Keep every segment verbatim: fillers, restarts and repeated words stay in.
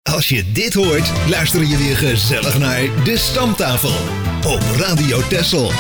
Als je dit hoort, luister je weer gezellig naar De Stamtafel op Radio Texel.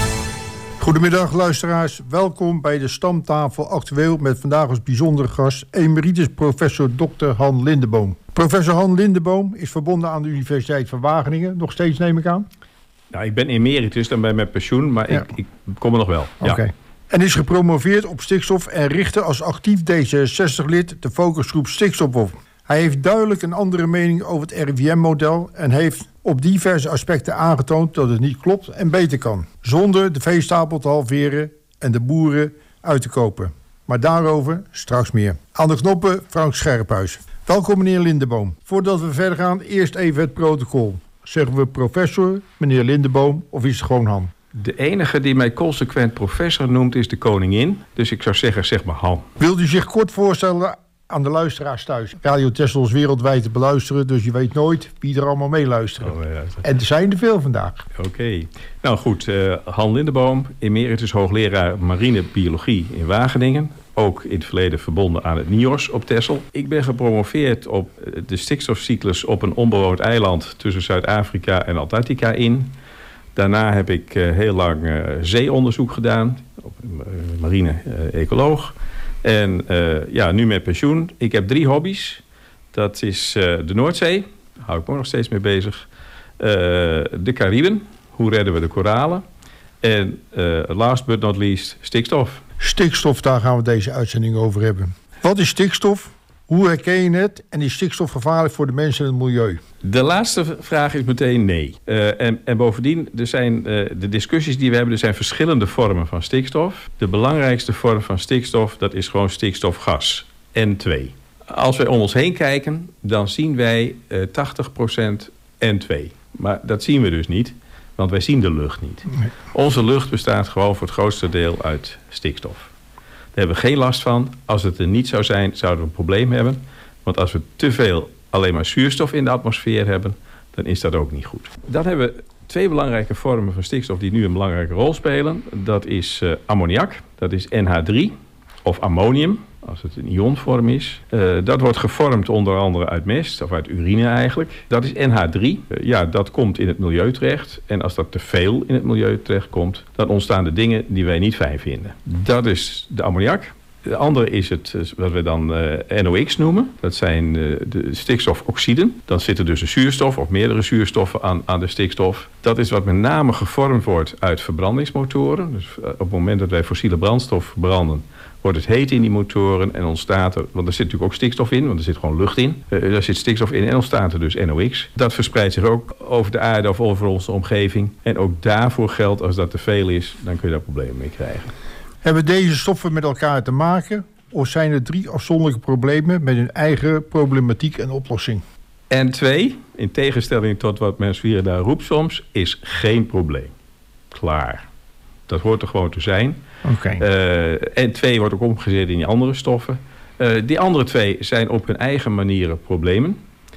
Goedemiddag luisteraars, welkom bij De Stamtafel Actueel met vandaag als bijzondere gast emeritus professor dokter Han Lindeboom. Professor Han Lindeboom is verbonden aan de Universiteit van Wageningen, nog steeds neem ik aan? Nou, ik ben emeritus, dan ben ik met pensioen, maar ja. ik, ik kom er nog wel. Oké. Okay. Ja. En is gepromoveerd op stikstof en richtte als actief D zesenzestig-lid de focusgroep Stikstof op. Hij heeft duidelijk een andere mening over het R I V M-model en heeft op diverse aspecten aangetoond dat het niet klopt en beter kan. Zonder de veestapel te halveren en de boeren uit te kopen. Maar daarover straks meer. Aan de knoppen Frank Scherphuis. Welkom meneer Lindeboom. Voordat we verder gaan, eerst even het protocol. Zeggen we professor, meneer Lindeboom of is het gewoon Han? De enige die mij consequent professor noemt is de koningin. Dus ik zou zeggen, zeg maar Han. Wilt u zich kort voorstellen aan de luisteraars thuis? Radio Texel is wereldwijd te beluisteren, dus je weet nooit wie er allemaal meeluisteren. Oh, ja. En er zijn er veel vandaag. Oké. Okay. Nou goed, uh, Han Lindeboom, emeritus hoogleraar marine biologie in Wageningen. Ook in het verleden verbonden aan het N I O S op Texel. Ik ben gepromoveerd op de stikstofcyclus op een onbewoond eiland tussen Zuid-Afrika en Antarctica in. Daarna heb ik uh, heel lang uh, zeeonderzoek gedaan, op uh, marine-ecoloog. Uh, en uh, ja, nu met pensioen. Ik heb drie hobby's. Dat is uh, de Noordzee, daar hou ik me ook nog steeds mee bezig. Uh, de Cariben, hoe redden we de koralen. En uh, last but not least, stikstof. Stikstof, daar gaan we deze uitzending over hebben. Wat is stikstof? Hoe herken je het? En is stikstof gevaarlijk voor de mensen en het milieu? De laatste vraag is meteen nee. Uh, en, en bovendien, er zijn uh, de discussies die we hebben, er zijn verschillende vormen van stikstof. De belangrijkste vorm van stikstof, dat is gewoon stikstofgas, N twee. Als wij om ons heen kijken, dan zien wij uh, tachtig procent N twee. Maar dat zien we dus niet, want wij zien de lucht niet. Nee. Onze lucht bestaat gewoon voor het grootste deel uit stikstof. Daar hebben we geen last van. Als het er niet zou zijn, zouden we een probleem hebben. Want als we te veel alleen maar zuurstof in de atmosfeer hebben, dan is dat ook niet goed. Dan hebben we twee belangrijke vormen van stikstof die nu een belangrijke rol spelen. Dat is uh, ammoniak, dat is N H drie of ammonium, als het een ionvorm is. Uh, dat wordt gevormd onder andere uit mest, of uit urine eigenlijk. Dat is N H drie. Uh, ja, dat komt in het milieu terecht. En als dat te veel in het milieu terecht komt, dan ontstaan de dingen die wij niet fijn vinden. Dat is de ammoniak. De andere is het wat we dan uh, N O X noemen. Dat zijn uh, de stikstofoxiden. Dan zitten dus de zuurstof of meerdere zuurstoffen aan, aan de stikstof. Dat is wat met name gevormd wordt uit verbrandingsmotoren. Dus uh, op het moment dat wij fossiele brandstof verbranden, wordt het heet in die motoren en ontstaat er, want er zit natuurlijk ook stikstof in, want er zit gewoon lucht in. Uh, daar zit stikstof in en ontstaat er dus N O X. Dat verspreidt zich ook over de aarde of over onze omgeving. En ook daarvoor geldt, als dat te veel is, dan kun je daar problemen mee krijgen. Hebben deze stoffen met elkaar te maken? Of zijn er drie afzonderlijke problemen met hun eigen problematiek en oplossing? N twee, in tegenstelling tot wat men hier daar roept soms, is geen probleem. Klaar. Dat hoort er gewoon te zijn. Okay. Uh, N twee wordt ook omgezet in die andere stoffen. Uh, die andere twee zijn op hun eigen manieren problemen.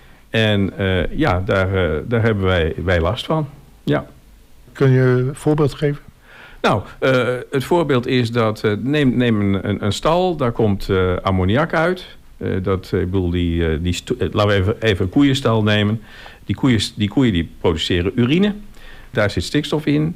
En uh, ja, daar, uh, daar hebben wij, wij last van. Ja. Kun je een voorbeeld geven? Nou, uh, het voorbeeld is dat, uh, neem, neem een, een, een stal, daar komt uh, ammoniak uit. Uh, dat, uh, ik bedoel, die, uh, die sto- uh, laten we even, even een koeienstal nemen. Die koeien, die koeien die produceren urine. Daar zit stikstof in.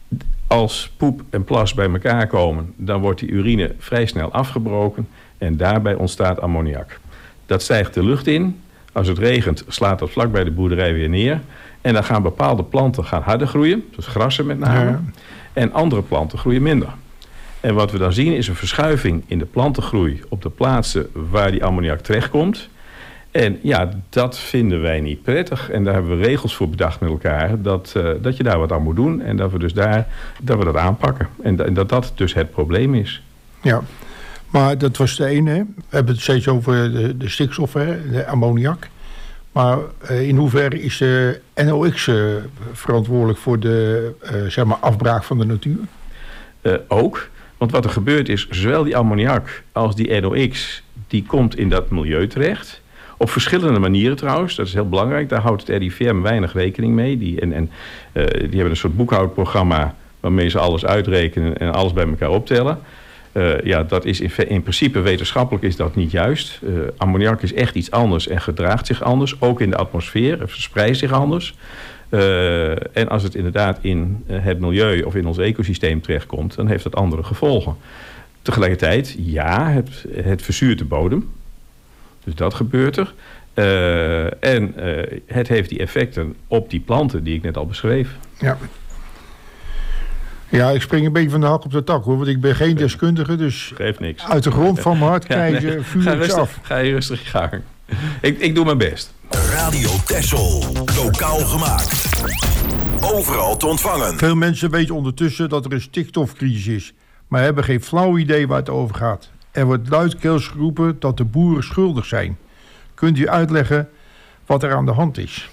Als poep en plas bij elkaar komen, dan wordt die urine vrij snel afgebroken. En daarbij ontstaat ammoniak. Dat stijgt de lucht in. Als het regent, slaat dat vlak bij de boerderij weer neer. En dan gaan bepaalde planten gaan harder groeien. Dus grassen met name. Ja. En andere planten groeien minder. En wat we dan zien is een verschuiving in de plantengroei op de plaatsen waar die ammoniak terechtkomt. En ja, dat vinden wij niet prettig. En daar hebben we regels voor bedacht met elkaar. Dat, uh, dat je daar wat aan moet doen. En dat we dus daar dat we dat aanpakken. En, da- en dat dat dus het probleem is. Ja, maar dat was de ene. We hebben het steeds over de, de stikstof, hè, de ammoniak. Maar uh, in hoeverre is de N O X uh, verantwoordelijk voor de uh, zeg maar afbraak van de natuur? Uh, ook. Want wat er gebeurt is, zowel die ammoniak als die N O X, die komt in dat milieu terecht. Op verschillende manieren trouwens, dat is heel belangrijk. Daar houdt het R I V M weinig rekening mee. Die, en, en, uh, die hebben een soort boekhoudprogramma waarmee ze alles uitrekenen en alles bij elkaar optellen. Uh, ja, dat is in, in principe wetenschappelijk is dat niet juist. Uh, ammoniak is echt iets anders en gedraagt zich anders. Ook in de atmosfeer. Het verspreidt zich anders. Uh, en als het inderdaad in uh, het milieu of in ons ecosysteem terechtkomt, dan heeft dat andere gevolgen. Tegelijkertijd, ja, het, het verzuurt de bodem. Dus dat gebeurt er. Uh, en uh, het heeft die effecten op die planten die ik net al beschreef. Ja. Ja, ik spring een beetje van de hak op de tak, hoor. Want ik ben geen deskundige, dus geeft niks. Uit de grond van mijn hart krijg je ja, nee. vuur af. Ga je rustig je gang. Ik, ik doe mijn best. Radio Texel. Lokaal gemaakt. Overal te ontvangen. Veel mensen weten ondertussen dat er een stikstofcrisis is, maar hebben geen flauw idee waar het over gaat. Er wordt luidkeels geroepen dat de boeren schuldig zijn. Kunt u uitleggen wat er aan de hand is?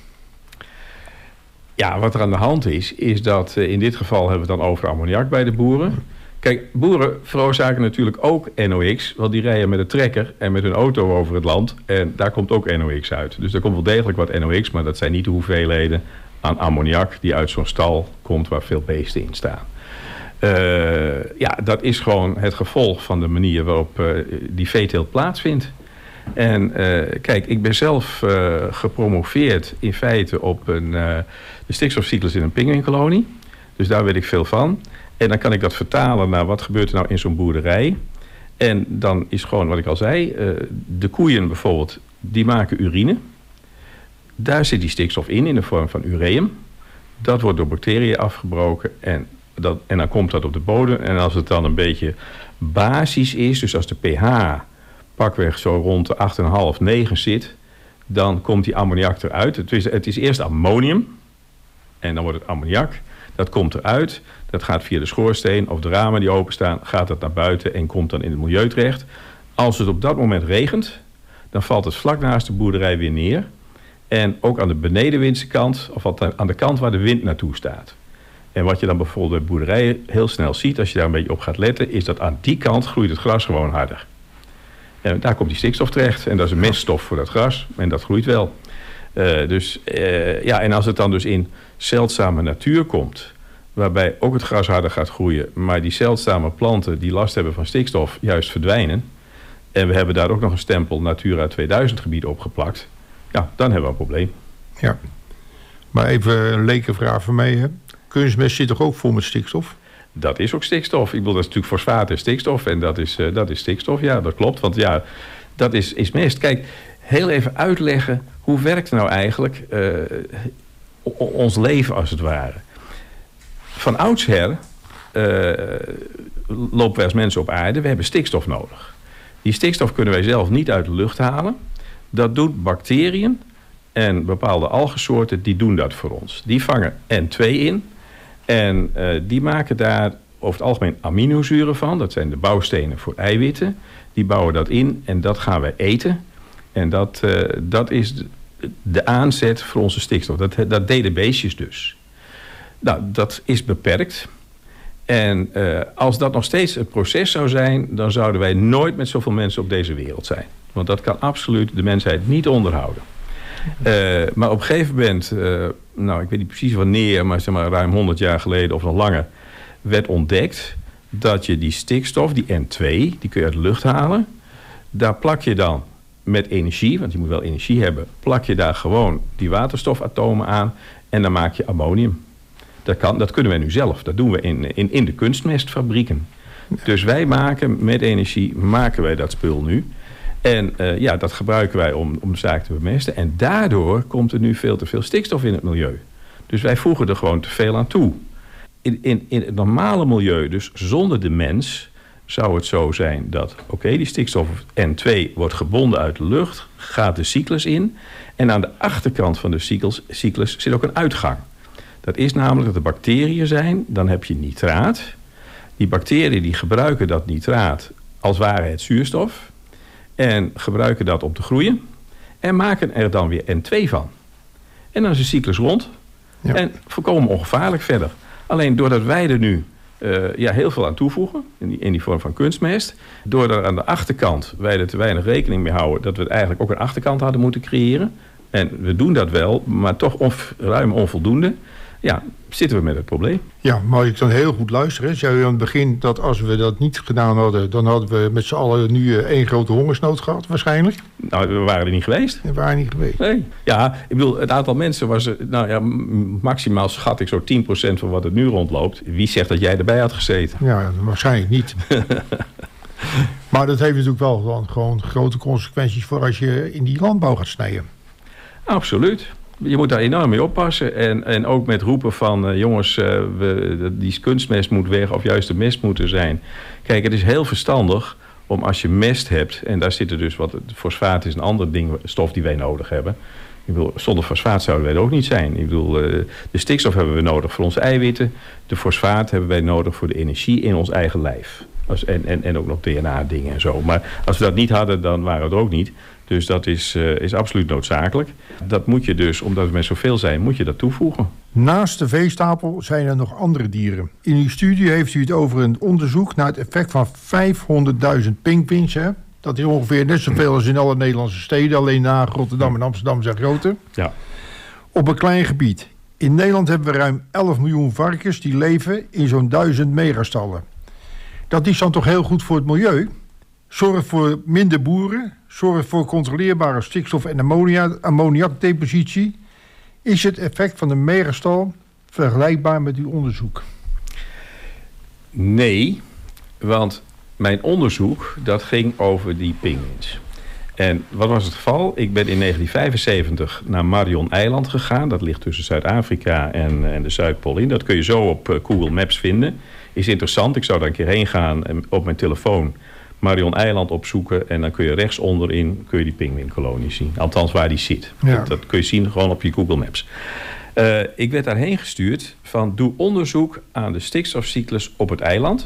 Ja, wat er aan de hand is, is dat uh, in dit geval hebben we het dan over ammoniak bij de boeren. Kijk, boeren veroorzaken natuurlijk ook N O X, want die rijden met een trekker en met hun auto over het land. En daar komt ook N O X uit. Dus er komt wel degelijk wat N O X, maar dat zijn niet de hoeveelheden aan ammoniak die uit zo'n stal komt waar veel beesten in staan. Uh, ja, dat is gewoon het gevolg van de manier waarop uh, die veeteelt plaatsvindt. En uh, kijk, ik ben zelf uh, gepromoveerd in feite op een, uh, de stikstofcyclus in een pinguïnkolonie. Dus daar weet ik veel van. En dan kan ik dat vertalen naar wat gebeurt er nou in zo'n boerderij. En dan is gewoon wat ik al zei, uh, de koeien bijvoorbeeld, die maken urine. Daar zit die stikstof in, in de vorm van ureum. Dat wordt door bacteriën afgebroken en, dat, en dan komt dat op de bodem. En als het dan een beetje basis is, dus als de pH pakweg zo rond de acht komma vijf, negen zit, dan komt die ammoniak eruit. Het is, het is eerst ammonium en dan wordt het ammoniak. Dat komt eruit, dat gaat via de schoorsteen of de ramen die openstaan, gaat dat naar buiten en komt dan in het milieu terecht. Als het op dat moment regent, dan valt het vlak naast de boerderij weer neer. En ook aan de benedenwindse kant, of aan de kant waar de wind naartoe staat. En wat je dan bijvoorbeeld bij boerderijen heel snel ziet, als je daar een beetje op gaat letten, is dat aan die kant groeit het gras gewoon harder. En daar komt die stikstof terecht. En dat is een meststof voor dat gras. En dat groeit wel. Uh, dus, uh, ja, en als het dan dus in zeldzame natuur komt, waarbij ook het gras harder gaat groeien, maar die zeldzame planten die last hebben van stikstof juist verdwijnen, en we hebben daar ook nog een stempel Natura tweeduizend gebieden opgeplakt, ja, dan hebben we een probleem. Ja, maar even een lekenvraag van mij. Hè? Kunstmest zit toch ook vol met stikstof? Dat is ook stikstof. Ik bedoel, dat is natuurlijk fosfaat en stikstof. En dat is, uh, dat is stikstof, ja, dat klopt. Want ja, dat is, is mest. Kijk, heel even uitleggen, hoe werkt nou eigenlijk uh, ons leven als het ware? Van oudsher uh, lopen wij als mensen op aarde, we hebben stikstof nodig. Die stikstof kunnen wij zelf niet uit de lucht halen. Dat doen bacteriën en bepaalde algensoorten, die doen dat voor ons. Die vangen N twee in. En uh, die maken daar over het algemeen aminozuren van. Dat zijn de bouwstenen voor eiwitten. Die bouwen dat in en dat gaan wij eten. En dat, uh, dat is de, de aanzet voor onze stikstof. Dat, dat deden beestjes dus. Nou, dat is beperkt. En uh, als dat nog steeds het proces zou zijn, dan zouden wij nooit met zoveel mensen op deze wereld zijn. Want dat kan absoluut de mensheid niet onderhouden. Uh, maar op een gegeven moment, uh, nou ik weet niet precies wanneer, maar zeg maar ruim honderd jaar geleden of nog langer, werd ontdekt dat je die stikstof, die N twee, die kun je uit de lucht halen. Daar plak je dan met energie, want je moet wel energie hebben, plak je daar gewoon die waterstofatomen aan en dan maak je ammonium. Dat, kan, dat kunnen wij nu zelf, dat doen we in, in, in de kunstmestfabrieken. Dus wij maken met energie, maken wij dat spul nu. En uh, ja, dat gebruiken wij om, om de zaak te bemesten. En daardoor komt er nu veel te veel stikstof in het milieu. Dus wij voegen er gewoon te veel aan toe. In, in, in het normale milieu, dus zonder de mens, zou het zo zijn dat, oké, okay, die stikstof N twee wordt gebonden uit de lucht, gaat de cyclus in. En aan de achterkant van de cyclus, cyclus zit ook een uitgang. Dat is namelijk dat er bacteriën zijn, dan heb je nitraat. Die bacteriën die gebruiken dat nitraat als ware het zuurstof. En gebruiken dat om te groeien. En maken er dan weer N twee van. En dan is de cyclus rond. Ja. En volkomen ongevaarlijk verder. Alleen doordat wij er nu uh, ja, heel veel aan toevoegen. In die, in die vorm van kunstmest. Doordat aan de achterkant wij er te weinig rekening mee houden. Dat we het eigenlijk ook een achterkant hadden moeten creëren. En we doen dat wel. Maar toch onf, ruim onvoldoende. ja, zitten we met het probleem. Ja, maar ik kan heel goed luisteren. Zei u aan het begin dat als we dat niet gedaan hadden, dan hadden we met z'n allen nu één grote hongersnood gehad, waarschijnlijk. Nou, we waren er niet geweest. We waren niet geweest. Nee. Ja, ik bedoel, het aantal mensen was, nou ja, maximaal schat ik zo tien procent van wat het nu rondloopt. Wie zegt dat jij erbij had gezeten? Ja, waarschijnlijk niet. Maar dat heeft natuurlijk wel dan gewoon grote consequenties voor als je in die landbouw gaat snijden. Absoluut. Je moet daar enorm mee oppassen. En, en ook met roepen van... Uh, jongens, uh, we, die kunstmest moet weg of juist de mest moet er zijn. Kijk, het is heel verstandig om als je mest hebt... en daar zit er dus wat... fosfaat is een ander ding, stof die wij nodig hebben. Ik bedoel, zonder fosfaat zouden wij er ook niet zijn. Ik bedoel, uh, de stikstof hebben we nodig voor onze eiwitten. De fosfaat hebben wij nodig voor de energie in ons eigen lijf. Als, en, en, en ook nog D N A-dingen en zo. Maar als we dat niet hadden, dan waren we er ook niet... Dus dat is, uh, is absoluut noodzakelijk. Dat moet je dus, omdat we met zoveel zijn, moet je dat toevoegen. Naast de veestapel zijn er nog andere dieren. In uw studie heeft u het over een onderzoek naar het effect van vijfhonderdduizend pinguïns. Hè? Dat is ongeveer net zoveel als in alle Nederlandse steden. Alleen na Rotterdam en Amsterdam zijn groter. Ja. Op een klein gebied. In Nederland hebben we ruim elf miljoen varkens die leven in zo'n duizend megastallen. Dat is dan toch heel goed voor het milieu? Zorgt voor minder boeren, zorgt voor controleerbare stikstof- en ammonia, ammoniakdepositie. Is het effect van de megastal vergelijkbaar met uw onderzoek? Nee, want mijn onderzoek dat ging over die pinguïns. En wat was het geval? Ik ben in negentien vijfenzeventig naar Marion-eiland gegaan. Dat ligt tussen Zuid-Afrika en, en de Zuidpool in. Dat kun je zo op Google Maps vinden. Is interessant, ik zou daar een keer heen gaan en op mijn telefoon... Marion-eiland opzoeken en dan kun je rechtsonderin kun je die pinguïnkolonie zien. Althans waar die zit. Ja. Dat, dat kun je zien gewoon op je Google Maps. Uh, ik werd daarheen gestuurd van doe onderzoek aan de stikstofcyclus op het eiland.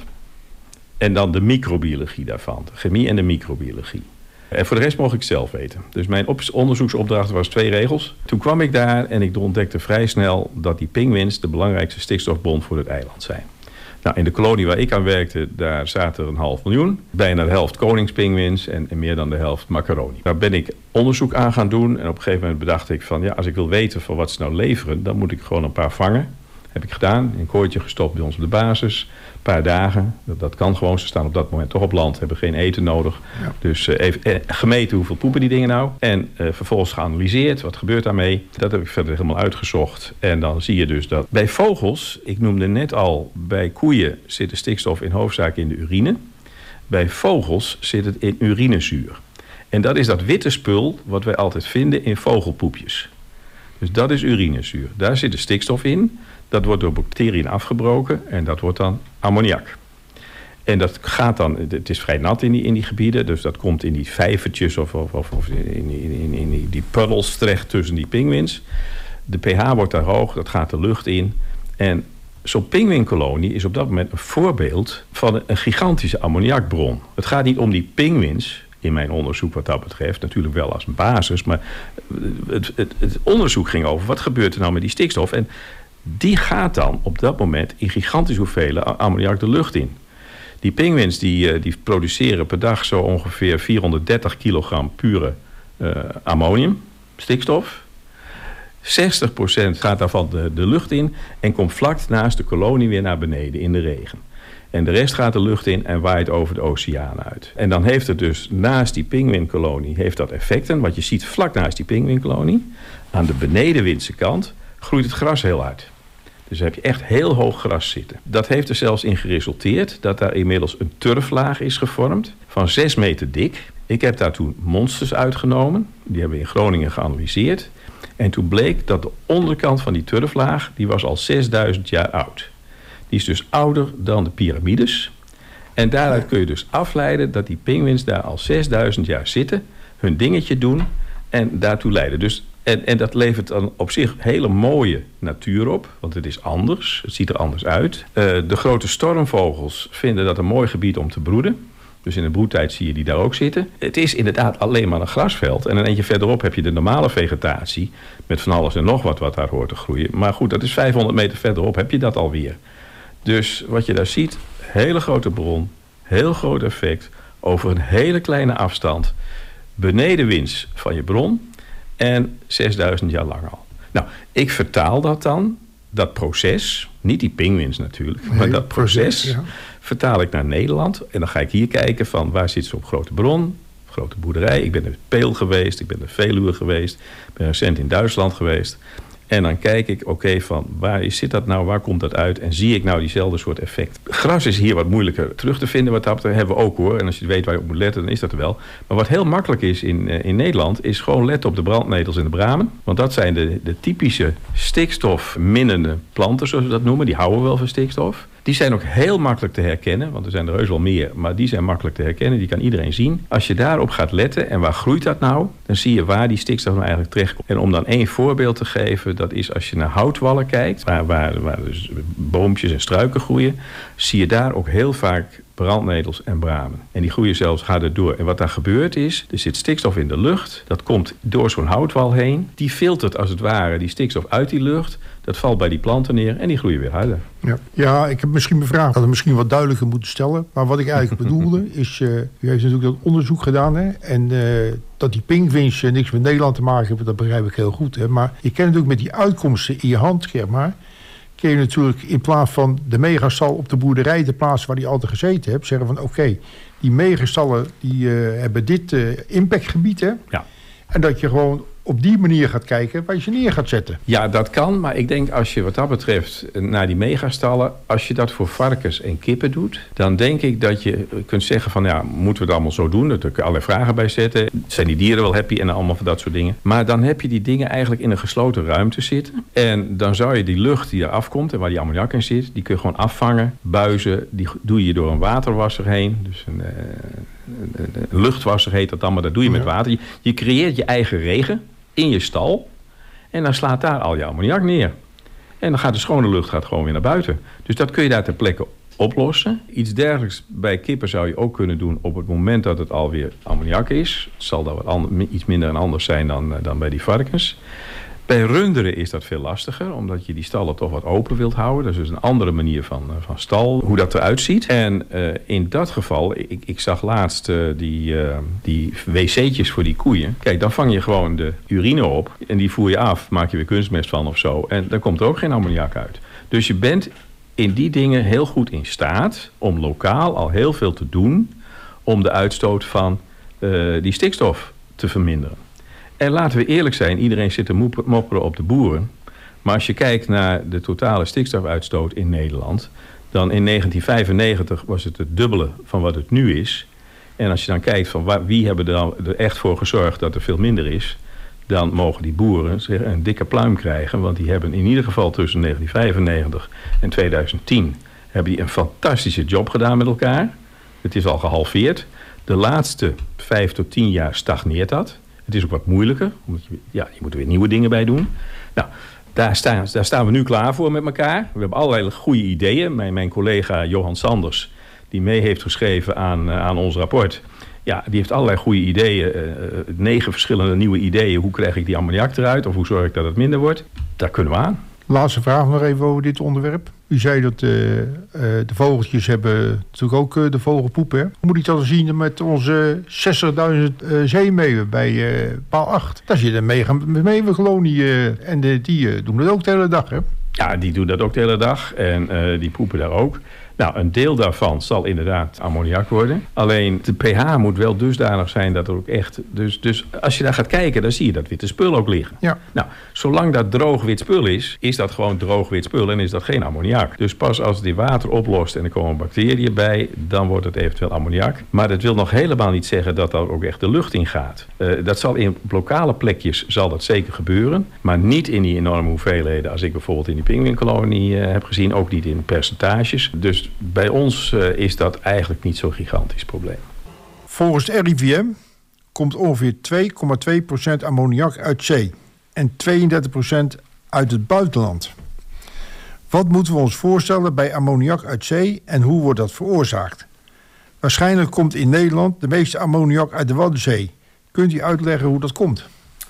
En dan de microbiologie daarvan. De chemie en de microbiologie. En voor de rest mocht ik zelf weten. Dus mijn op- onderzoeksopdracht was twee regels. Toen kwam ik daar en ik ontdekte vrij snel dat die pinguïns de belangrijkste stikstofbron voor het eiland zijn. Nou, in de kolonie waar ik aan werkte, daar zaten er een half miljoen. Bijna de helft koningspinguïns en, en meer dan de helft macaroni. Daar ben ik onderzoek aan gaan doen. En op een gegeven moment bedacht ik van... ja, als ik wil weten van wat ze nou leveren... dan moet ik gewoon een paar vangen. Heb ik gedaan. In een kooitje gestopt bij ons op de basis. Een paar dagen. Dat, dat kan gewoon. Ze staan op dat moment toch op land. Hebben geen eten nodig. Ja. Dus uh, even uh, gemeten hoeveel poepen die dingen nou. En uh, vervolgens geanalyseerd. Wat gebeurt daarmee? Dat heb ik verder helemaal uitgezocht. En dan zie je dus dat bij vogels... ik noemde net al, bij koeien zit de stikstof in hoofdzaak in de urine. Bij vogels zit het in urinezuur. En dat is dat witte spul wat wij altijd vinden in vogelpoepjes. Dus dat is urinezuur. Daar zit de stikstof in. Dat wordt door bacteriën afgebroken en dat wordt dan ammoniak. En dat gaat dan, het is vrij nat in die, in die gebieden, dus dat komt in die vijvertjes of, of, of, of in, in, in, in die, die puddels terecht tussen die pinguïns. De pH wordt daar hoog, dat gaat de lucht in. En zo'n pinguïnkolonie is op dat moment een voorbeeld van een gigantische ammoniakbron. Het gaat niet om die pinguïns, in mijn onderzoek wat dat betreft, natuurlijk wel als een basis, maar het, het, het onderzoek ging over wat gebeurt er nou met die stikstof. En die gaat dan op dat moment in gigantische hoeveelheden ammoniak de lucht in. Die pinguïns die, die produceren per dag zo ongeveer vierhonderddertig kilogram pure uh, ammonium, stikstof. zestig procent gaat daarvan de, de lucht in en komt vlak naast de kolonie weer naar beneden in de regen. En de rest gaat de lucht in en waait over de oceaan uit. En dan heeft het dus naast die pinguïnkolonie heeft dat effecten. Wat je ziet vlak naast die pinguïnkolonie, aan de benedenwindse kant, groeit het gras heel hard. Dus dan heb je echt heel hoog gras zitten. Dat heeft er zelfs in geresulteerd dat daar inmiddels een turflaag is gevormd van zes meter dik. Ik heb daar toen monsters uitgenomen. Die hebben we in Groningen geanalyseerd. En toen bleek dat de onderkant van die turflaag, die was al zesduizend jaar oud. Die is dus ouder dan de piramides. En daaruit kun je dus afleiden dat die pinguïns daar al zesduizend jaar zitten, hun dingetje doen en daartoe leiden. Dus En, en dat levert dan op zich hele mooie natuur op. Want het is anders. Het ziet er anders uit. Uh, de grote stormvogels vinden dat een mooi gebied om te broeden. Dus in de broedtijd zie je die daar ook zitten. Het is inderdaad alleen maar een grasveld. En een eentje verderop heb je de normale vegetatie. Met van alles en nog wat wat daar hoort te groeien. Maar goed, dat is vijfhonderd meter verderop heb je dat alweer. Dus wat je daar ziet, hele grote bron. Heel groot effect. Over een hele kleine afstand. Benedenwinds van je bron. En zesduizend jaar lang al. Nou, ik vertaal dat dan dat proces, niet die pinguïns natuurlijk, nee, maar dat proces, proces ja. vertaal ik naar Nederland. En dan ga ik hier kijken van waar zit ze op Grote Bron, grote boerderij. Ik ben in Peel geweest, ik ben in Veluwe geweest, ik ben recent in Duitsland geweest. En dan kijk ik, oké, okay, van waar zit dat nou, waar komt dat uit? En zie ik nou diezelfde soort effect. Gras is hier wat moeilijker terug te vinden, wat dat hebben we ook hoor. En als je weet waar je op moet letten, dan is dat er wel. Maar wat heel makkelijk is in, in Nederland, is gewoon letten op de brandnetels en de bramen. Want dat zijn de, de typische stikstofminnende planten, zoals we dat noemen. Die houden wel van stikstof. Die zijn ook heel makkelijk te herkennen, want er zijn er heus wel meer, maar die zijn makkelijk te herkennen, die kan iedereen zien. Als je daarop gaat letten, en waar groeit dat nou, dan zie je waar die stikstof nou eigenlijk terechtkomt. En om dan één voorbeeld te geven, dat is als je naar houtwallen kijkt, waar, waar, waar dus boompjes en struiken groeien, zie je daar ook heel vaak brandnetels en bramen. En die groeien zelfs harder door. En wat daar gebeurt is, er zit stikstof in de lucht, dat komt door zo'n houtwal heen, die filtert als het ware die stikstof uit die lucht, dat valt bij die planten neer en die groeien weer harder. Ja, ja ik heb misschien mijn vraag had het misschien wat duidelijker moeten stellen. Maar wat ik eigenlijk bedoelde is, uh, u heeft natuurlijk dat onderzoek gedaan. Hè, en uh, dat die pinguïns uh, niks met Nederland te maken hebben, dat begrijp ik heel goed. Hè, maar je kent natuurlijk met die uitkomsten in je hand, zeg maar. Kun je natuurlijk in plaats van de megastal op de boerderij, de plaats waar die altijd gezeten hebt, zeggen van oké, okay, die megastallen die uh, hebben dit uh, impactgebied. Hè? Ja. En dat je gewoon op die manier gaat kijken waar je ze neer gaat zetten. Ja, dat kan. Maar ik denk als je wat dat betreft naar die megastallen, als je dat voor varkens en kippen doet, dan denk ik dat je kunt zeggen van ja, moeten we het allemaal zo doen? Daar kun je allerlei vragen bij zetten. Zijn die dieren wel happy en allemaal van dat soort dingen. Maar dan heb je die dingen eigenlijk in een gesloten ruimte zitten. En dan zou je die lucht die er afkomt en waar die ammoniak in zit, die kun je gewoon afvangen, buizen. Die doe je door een waterwasser heen. Dus een, een, een luchtwasser heet dat dan, maar dat doe je met water. Je, je creëert je eigen regen in je stal. En dan slaat daar al je ammoniak neer. En dan gaat de schone lucht gaat gewoon weer naar buiten. Dus dat kun je daar ter plekke oplossen. Iets dergelijks bij kippen zou je ook kunnen doen op het moment dat het alweer ammoniak is. Het zal dan wat ander, iets minder en anders zijn dan, dan bij die varkens. Bij runderen is dat veel lastiger, omdat je die stallen toch wat open wilt houden. Dat is dus een andere manier van, van stal, hoe dat eruit ziet. En uh, in dat geval, ik, ik zag laatst uh, die, uh, die wc'tjes voor die koeien. Kijk, dan vang je gewoon de urine op en die voer je af, maak je weer kunstmest van of zo. En dan komt er ook geen ammoniak uit. Dus je bent in die dingen heel goed in staat om lokaal al heel veel te doen om de uitstoot van uh, die stikstof te verminderen. En laten we eerlijk zijn, iedereen zit te mopperen op de boeren. Maar als je kijkt naar de totale stikstofuitstoot in Nederland, dan in negentien vijfennegentig was het het dubbele van wat het nu is. En als je dan kijkt van waar, wie hebben er, dan er echt voor gezorgd dat er veel minder is, dan mogen die boeren een dikke pluim krijgen. Want die hebben in ieder geval tussen negentien vijfennegentig en tweeduizend tien hebben die een fantastische job gedaan met elkaar. Het is al gehalveerd. De laatste vijf tot tien jaar stagneert dat. Het is ook wat moeilijker, omdat je, ja, je moet er weer nieuwe dingen bij doen. Nou, daar staan, daar staan we nu klaar voor met elkaar. We hebben allerlei goede ideeën. Mijn, mijn collega Johan Sanders, die mee heeft geschreven aan, uh, aan ons rapport, ja, die heeft allerlei goede ideeën. Uh, negen verschillende nieuwe ideeën. Hoe krijg ik die ammoniak eruit? Of hoe zorg ik dat het minder wordt? Daar kunnen we aan. Laatste vraag nog even over dit onderwerp. U zei dat uh, uh, de vogeltjes hebben natuurlijk ook uh, de vogelpoep. Hè? Hoe moet ik dat zien met onze zestigduizend uh, zeemeeuwen bij uh, paal acht? Daar zit een mega meeuwenkolonie uh, en de, die uh, doen dat ook de hele dag. Hè? Ja, die doen dat ook de hele dag en uh, die poepen daar ook. Nou, een deel daarvan zal inderdaad ammoniak worden. Alleen de pH moet wel dusdanig zijn dat er ook echt... Dus, dus als je daar gaat kijken, dan zie je dat witte spul ook liggen. Ja. Nou, zolang dat droog wit spul is, is dat gewoon droog wit spul en is dat geen ammoniak. Dus pas als die water oplost en er komen bacteriën bij, dan wordt het eventueel ammoniak. Maar dat wil nog helemaal niet zeggen dat daar ook echt de lucht in gaat. Uh, dat zal in lokale plekjes zal dat zeker gebeuren, maar niet in die enorme hoeveelheden als ik bijvoorbeeld in die pinguïnkolonie uh, heb gezien, ook niet in percentages. Dus bij ons uh, is dat eigenlijk niet zo'n gigantisch probleem. Volgens het R I V M komt ongeveer twee komma twee procent ammoniak uit zee en tweeëndertig procent uit het buitenland. Wat moeten we ons voorstellen bij ammoniak uit zee en hoe wordt dat veroorzaakt? Waarschijnlijk komt in Nederland de meeste ammoniak uit de Waddenzee. Kunt u uitleggen hoe dat komt?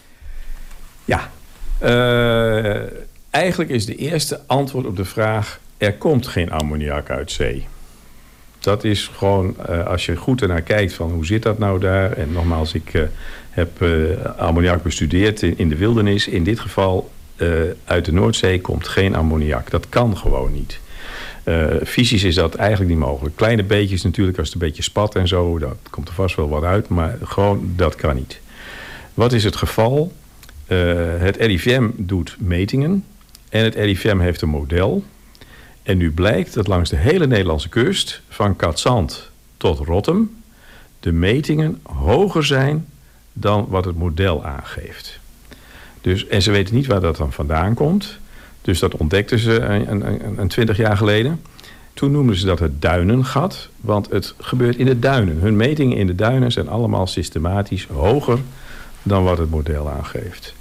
Ja, uh, eigenlijk is de eerste antwoord op de vraag: er komt geen ammoniak uit zee. Dat is gewoon, uh, als je goed ernaar kijkt van hoe zit dat nou daar. En nogmaals, ik uh, heb uh, ammoniak bestudeerd in, in de wildernis. In dit geval Uh, uit de Noordzee komt geen ammoniak. Dat kan gewoon niet. Uh, fysisch is dat eigenlijk niet mogelijk. Kleine beetjes natuurlijk, als het een beetje spat en zo, dat komt er vast wel wat uit, maar gewoon, dat kan niet. Wat is het geval? Uh, het R I V M doet metingen en het R I V M heeft een model. En nu blijkt dat langs de hele Nederlandse kust, van Katzand tot Rottum, de metingen hoger zijn dan wat het model aangeeft. Dus, en ze weten niet waar dat dan vandaan komt. Dus dat ontdekten ze een, een, een twintig jaar geleden. Toen noemden ze dat het duinengat, want het gebeurt in de duinen. Hun metingen in de duinen zijn allemaal systematisch hoger dan wat het model aangeeft.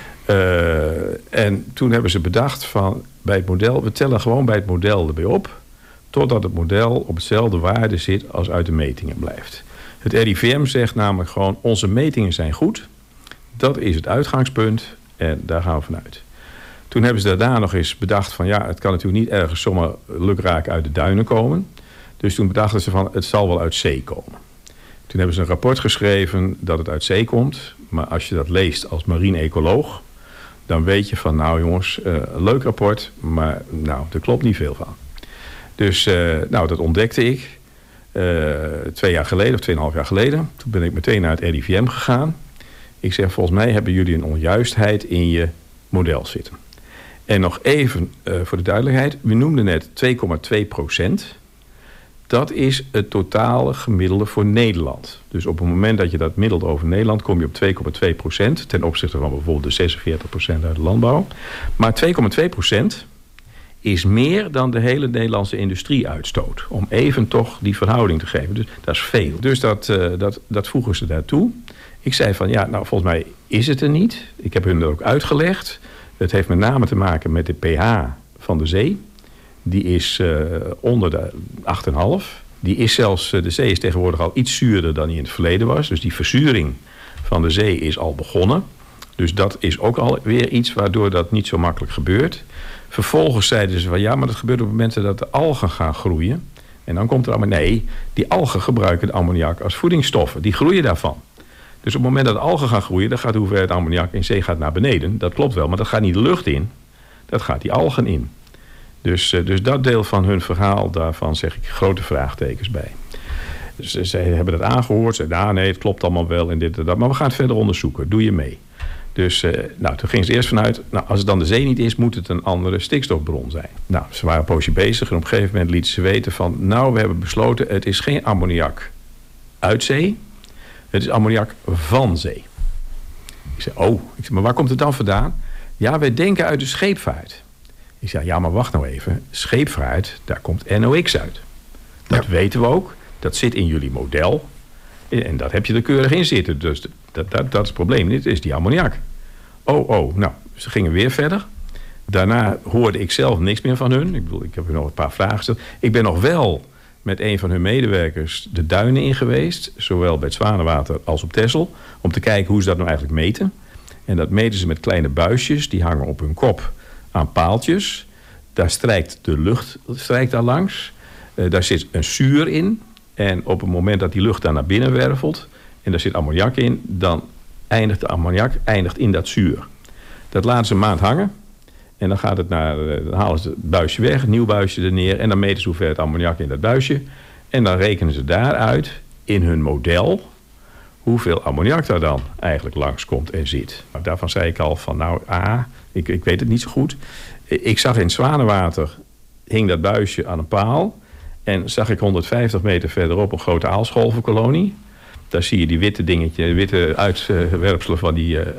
Uh, en toen hebben ze bedacht van bij het model, we tellen gewoon bij het model erbij op, totdat het model op hetzelfde waarde zit als uit de metingen blijft. Het R I V M zegt namelijk gewoon, onze metingen zijn goed. Dat is het uitgangspunt en daar gaan we vanuit. Toen hebben ze daarna nog eens bedacht van ja, het kan natuurlijk niet ergens zomaar lukraak uit de duinen komen. Dus toen bedachten ze van het zal wel uit zee komen. Toen hebben ze een rapport geschreven dat het uit zee komt. Maar als je dat leest als marine-ecoloog, dan weet je van nou jongens, uh, een leuk rapport, maar nou, er klopt niet veel van. Dus uh, nou, dat ontdekte ik uh, twee jaar geleden of tweeënhalf jaar geleden. Toen ben ik meteen naar het R I V M gegaan. Ik zeg, volgens mij hebben jullie een onjuistheid in je model zitten. En nog even uh, voor de duidelijkheid. We noemden net twee komma twee procent. Dat is het totale gemiddelde voor Nederland. Dus op het moment dat je dat middelt over Nederland, kom je op twee komma twee procent. Ten opzichte van bijvoorbeeld de zesenveertig procent uit de landbouw. Maar twee komma twee procent is meer dan de hele Nederlandse industrie uitstoot. Om even toch die verhouding te geven. Dus dat is veel. Dus dat, uh, dat, dat voegen ze daartoe. Ik zei van ja, nou volgens mij is het er niet. Ik heb hun dat ook uitgelegd. Het heeft met name te maken met de pH van de zee. Die is uh, onder de acht komma vijf. Die is zelfs, uh, de zee is tegenwoordig al iets zuurder dan die in het verleden was. Dus die verzuring van de zee is al begonnen. Dus dat is ook alweer iets waardoor dat niet zo makkelijk gebeurt. Vervolgens zeiden ze van ja, maar dat gebeurt op momenten dat de algen gaan groeien. En dan komt er allemaal, nee, die algen gebruiken de ammoniak als voedingsstoffen. Die groeien daarvan. Dus op het moment dat algen gaan groeien, dan gaat de hoeveelheid ammoniak in zee gaat naar beneden. Dat klopt wel, maar dat gaat niet de lucht in. Dat gaat die algen in. Dus, dus dat deel van hun verhaal, daarvan zeg ik grote vraagtekens bij. Dus zij hebben dat aangehoord. Zeiden, ah, nee, het klopt allemaal wel en dit en dat. Maar we gaan het verder onderzoeken. Doe je mee. Dus uh, nou, toen ging ze eerst vanuit, nou, als het dan de zee niet is, moet het een andere stikstofbron zijn. Nou, ze waren een poosje bezig en op een gegeven moment lieten ze weten van, nou, we hebben besloten, het is geen ammoniak uit zee. Het is ammoniak van zee. Ik zei, oh, ik zei, maar waar komt het dan vandaan? Ja, wij denken uit de scheepvaart. Ik zei, ja, maar wacht nou even. Scheepvaart, daar komt N O X uit. Dat ja. weten we ook. Dat zit in jullie model. En dat heb je er keurig in zitten. Dus dat, dat, dat is het probleem. Dit is die ammoniak. Oh, oh, nou, ze gingen weer verder. Daarna hoorde ik zelf niks meer van hun. Ik bedoel, ik heb hun nog een paar vragen gesteld. Ik ben nog wel met een van hun medewerkers de duinen in geweest. Zowel bij het Zwanenwater als op Texel. Om te kijken hoe ze dat nou eigenlijk meten. En dat meten ze met kleine buisjes. Die hangen op hun kop aan paaltjes. Daar strijkt de lucht strijkt daar langs. Uh, daar zit een zuur in. En op het moment dat die lucht daar naar binnen wervelt en daar zit ammoniak in, dan eindigt de ammoniak eindigt in dat zuur. Dat laten ze een maand hangen en dan, gaat het naar, dan halen ze het buisje weg, een nieuw buisje er neer en dan meten ze hoeveelheid ammoniak in dat buisje. En dan rekenen ze daaruit in hun model hoeveel ammoniak daar dan eigenlijk langskomt en zit. Nou, daarvan zei ik al van nou, ah, ik, ik weet het niet zo goed. Ik zag in het Zwanenwater, hing dat buisje aan een paal. En zag ik honderdvijftig meter verderop een grote aalscholvenkolonie. Daar zie je die witte dingetje, witte uitwerpselen van die uh,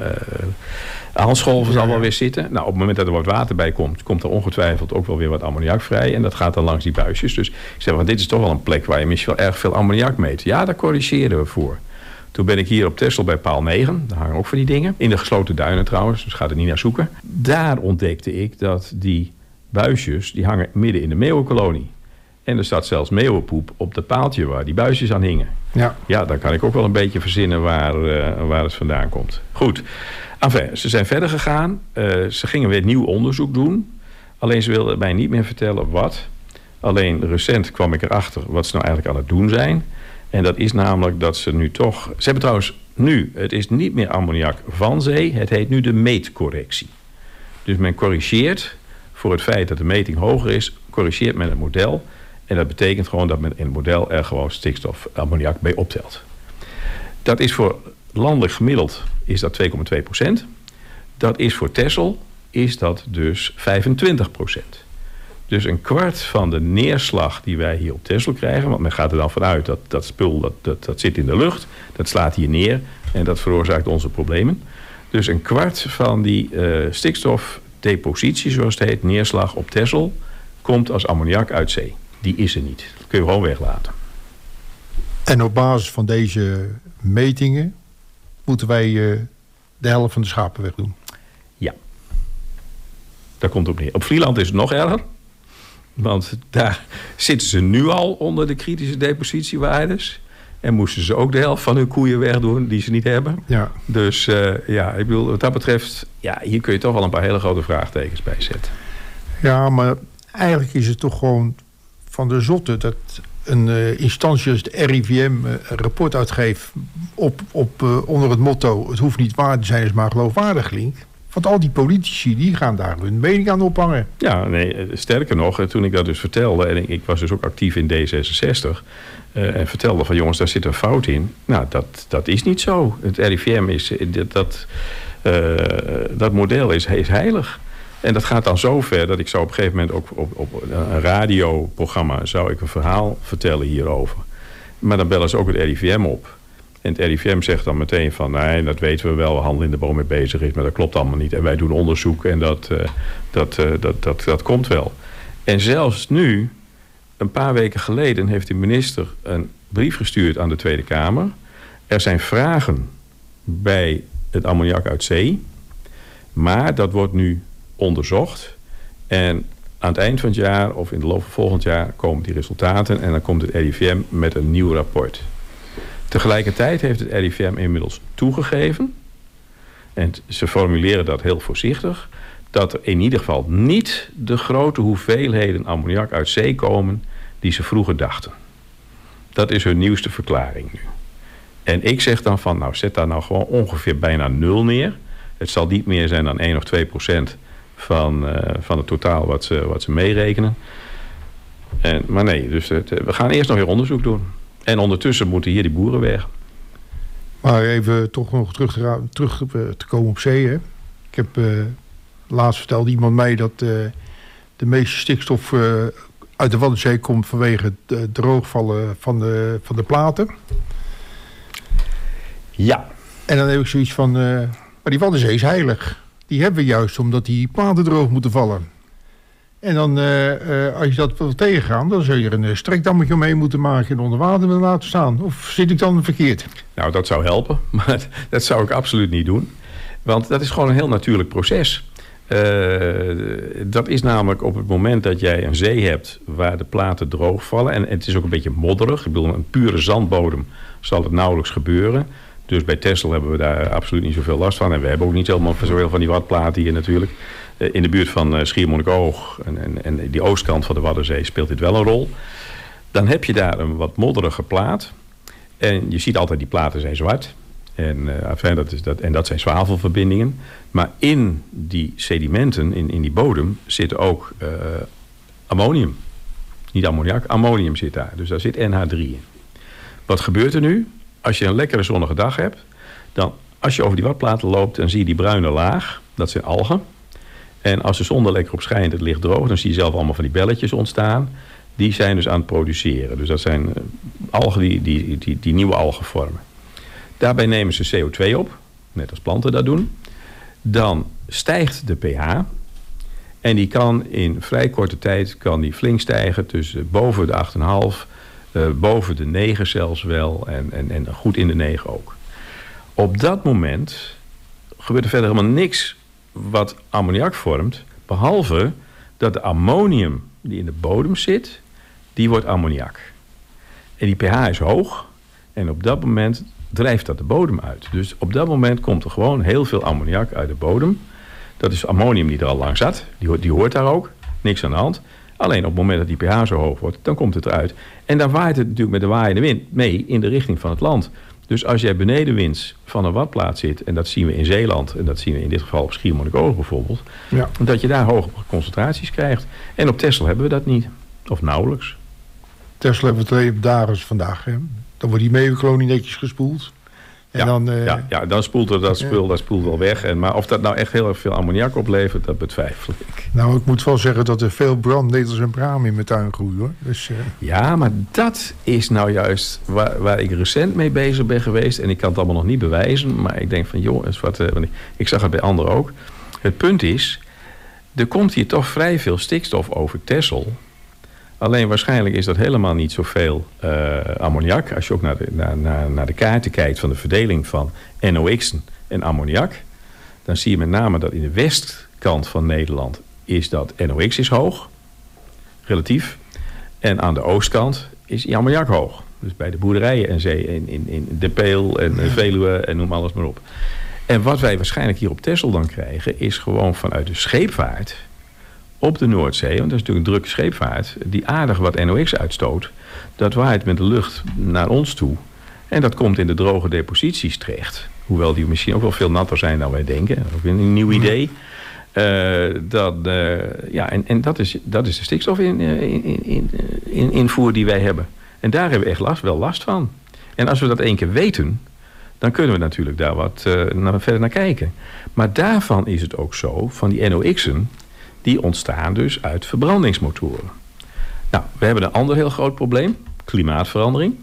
aalscholven zal wel weer zitten. Nou, op het moment dat er wat water bij komt, komt er ongetwijfeld ook wel weer wat ammoniak vrij. En dat gaat dan langs die buisjes. Dus ik zeg, want dit is toch wel een plek waar je misschien wel erg veel ammoniak meet. Ja, daar corrigeren we voor. Toen ben ik hier op Texel bij paal negen. Daar hangen ook van die dingen. In de gesloten duinen trouwens, dus ga er niet naar zoeken. Daar ontdekte ik dat die buisjes, die hangen midden in de meeuwenkolonie. En er staat zelfs meeuwenpoep op het paaltje waar die buisjes aan hingen. Ja, ja dan kan ik ook wel een beetje verzinnen waar, uh, waar het vandaan komt. Goed, enfin, ze zijn verder gegaan. Uh, ze gingen weer nieuw onderzoek doen. Alleen ze wilden mij niet meer vertellen wat. Alleen recent kwam ik erachter wat ze nou eigenlijk aan het doen zijn. En dat is namelijk dat ze nu toch... Ze hebben trouwens nu, het is niet meer ammoniak van zee. Het heet nu de meetcorrectie. Dus men corrigeert voor het feit dat de meting hoger is, corrigeert men het model. En dat betekent gewoon dat men in het model er gewoon stikstof, ammoniak bij optelt. Dat is voor landelijk gemiddeld is dat twee komma twee procent. Dat is voor Texel is dat dus vijfentwintig procent. Dus een kwart van de neerslag die wij hier op Texel krijgen, want men gaat er dan vanuit dat dat spul dat, dat, dat zit in de lucht, dat slaat hier neer en dat veroorzaakt onze problemen. Dus een kwart van die uh, stikstofdepositie, zoals het heet, neerslag op Texel, komt als ammoniak uit zee. Die is er niet. Dat kun je gewoon weglaten. En op basis van deze metingen moeten wij uh, de helft van de schapen wegdoen? Ja. Daar komt het op neer. Op Vlieland is het nog erger. Want daar zitten ze nu al onder de kritische depositiewaardes. En moesten ze ook de helft van hun koeien wegdoen die ze niet hebben. Ja. Dus uh, ja, ik bedoel, wat dat betreft, ja, hier kun je toch wel een paar hele grote vraagtekens bij zetten. Ja, maar eigenlijk is het toch gewoon van de zotte dat een uh, instantie als de R I V M uh, een rapport uitgeeft op, op, uh, onder het motto het hoeft niet waar te zijn, is maar geloofwaardig klinkt. Want al die politici die gaan daar hun mening aan ophangen. Ja, nee, sterker nog, toen ik dat dus vertelde, en ik, ik was dus ook actief in D zesenzestig, uh, en vertelde van jongens, daar zit een fout in. Nou, dat, dat is niet zo. Het R I V M is, dat, uh, dat model is, is heilig. En dat gaat dan zo ver dat ik zou op een gegeven moment ook op, op een radioprogramma zou ik een verhaal vertellen hierover. Maar dan bellen ze ook het R I V M op. En het R I V M zegt dan meteen van, nee, dat weten we wel, handel in de boom mee bezig is, maar dat klopt allemaal niet. En wij doen onderzoek en dat, uh, dat, uh, dat, dat, dat komt wel. En zelfs nu, een paar weken geleden, heeft de minister een brief gestuurd aan de Tweede Kamer. Er zijn vragen bij het ammoniak uit zee, maar dat wordt nu onderzocht. En aan het eind van het jaar of in de loop van volgend jaar komen die resultaten en dan komt het R I V M met een nieuw rapport. Tegelijkertijd heeft het R I V M inmiddels toegegeven, en ze formuleren dat heel voorzichtig, dat er in ieder geval niet de grote hoeveelheden ammoniak uit zee komen die ze vroeger dachten. Dat is hun nieuwste verklaring nu. En ik zeg dan van, nou zet daar nou gewoon ongeveer bijna nul neer. Het zal niet meer zijn dan één of twee procent van, uh, van het totaal wat ze, wat ze meerekenen. En, maar nee, dus het, we gaan eerst nog weer onderzoek doen. En ondertussen moeten hier die boeren weg. Maar even toch nog terug te, terug te komen op zee. Hè. Ik heb uh, laatst vertelde iemand mij dat uh, de meeste stikstof uh, uit de Waddenzee komt vanwege het droogvallen van de, van de platen. Ja. En dan heb ik zoiets van, uh, maar die Waddenzee is heilig. Die hebben we juist omdat die platen droog moeten vallen. En dan, uh, uh, als je dat wil tegengaan, dan zul je er een uh, strekdammetje omheen moeten maken en onder water willen laten staan. Of zit ik dan verkeerd? Nou, dat zou helpen, maar dat zou ik absoluut niet doen. Want dat is gewoon een heel natuurlijk proces. Uh, dat is namelijk op het moment dat jij een zee hebt waar de platen droog vallen. En, en het is ook een beetje modderig. Ik bedoel, een pure zandbodem zal het nauwelijks gebeuren. Dus bij Texel hebben we daar absoluut niet zoveel last van. En we hebben ook niet helemaal zoveel van die watplaten hier natuurlijk. Uh, in de buurt van uh, Schiermonnikoog en, en, en die oostkant van de Waddenzee speelt dit wel een rol. Dan heb je daar een wat modderige plaat. En je ziet altijd die platen zijn zwart. En, uh, enfin, dat is dat, en dat zijn zwavelverbindingen. Maar in die sedimenten, in, in die bodem, zit ook uh, ammonium. Niet ammoniak, ammonium zit daar. Dus daar zit N H drie in. Wat gebeurt er nu? Als je een lekkere zonnige dag hebt, dan als je over die watplaten loopt, dan zie je die bruine laag. Dat zijn algen. En als de zon er lekker op schijnt, het ligt droog, dan zie je zelf allemaal van die belletjes ontstaan. Die zijn dus aan het produceren. Dus dat zijn uh, algen die, die, die, die nieuwe algen vormen. Daarbij nemen ze C O twee op, net als planten dat doen. Dan stijgt de pH. En die kan in vrij korte tijd kan die flink stijgen, tussen boven de acht komma vijf, uh, boven de negen zelfs wel en, en, en goed in de negen ook. Op dat moment gebeurt er verder helemaal niks wat ammoniak vormt, behalve dat de ammonium die in de bodem zit, die wordt ammoniak. En die pH is hoog en op dat moment drijft dat de bodem uit. Dus op dat moment komt er gewoon heel veel ammoniak uit de bodem. Dat is ammonium die er al lang zat. Die hoort, die hoort daar ook. Niks aan de hand. Alleen op het moment dat die pH zo hoog wordt, dan komt het eruit. En dan waait het natuurlijk met de waaiende wind mee in de richting van het land. Dus als jij benedenwinds van een watplaat zit, en dat zien we in Zeeland, en dat zien we in dit geval op Schiermonnikoog bijvoorbeeld, Ja. dat je daar hoge concentraties krijgt. En op Texel hebben we dat niet. Of nauwelijks. Tesla hebben we twee dagen vandaag. Hè. Dan wordt die meeuwenkolonie netjes gespoeld. En ja, dan, uh, ja, ja, dan spoelt er dat spul, ja. dat spoelt wel weg. En, maar of dat nou echt heel erg veel ammoniak oplevert, dat betwijfel ik. Nou, ik moet wel zeggen dat er veel brandnetels en bramen in mijn tuin groeien, hoor. Dus, uh... Ja, maar dat is nou juist waar, waar ik recent mee bezig ben geweest. En ik kan het allemaal nog niet bewijzen. Maar ik denk van, joh, is wat, uh, want ik, ik zag het bij anderen ook. Het punt is, er komt hier toch vrij veel stikstof over Texel. Alleen waarschijnlijk is dat helemaal niet zoveel uh, ammoniak. Als je ook naar de, naar, naar, naar de kaarten kijkt van de verdeling van N O X'en en ammoniak, dan zie je met name dat in de westkant van Nederland is dat N O X is hoog, relatief. En aan de oostkant is die ammoniak hoog. Dus bij de boerderijen en zee, in, in, in De Peel en ja. Veluwe en noem alles maar op. En wat wij waarschijnlijk hier op Texel dan krijgen, is gewoon vanuit de scheepvaart op de Noordzee, want dat is natuurlijk een drukke scheepvaart, die aardig wat N O X uitstoot, dat waait met de lucht naar ons toe. En dat komt in de droge deposities terecht. Hoewel die misschien ook wel veel natter zijn dan wij denken. Ook een nieuw idee. Uh, dat, uh, ja, en en dat, is, dat is de stikstofinvoer in, in, in, in, invoer die wij hebben. En daar hebben we echt last, wel last van. En als we dat één keer weten, dan kunnen we natuurlijk daar wat uh, naar, verder naar kijken. Maar daarvan is het ook zo, van die N O X'en, die ontstaan dus uit verbrandingsmotoren. Nou, we hebben een ander heel groot probleem, klimaatverandering.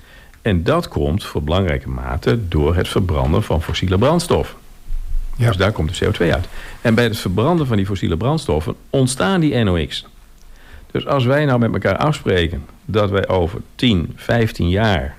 En dat komt voor belangrijke mate door het verbranden van fossiele brandstoffen. Ja. Dus daar komt de C O twee uit. En bij het verbranden van die fossiele brandstoffen ontstaan die N O X'en. Dus als wij nou met elkaar afspreken dat wij over tien, vijftien jaar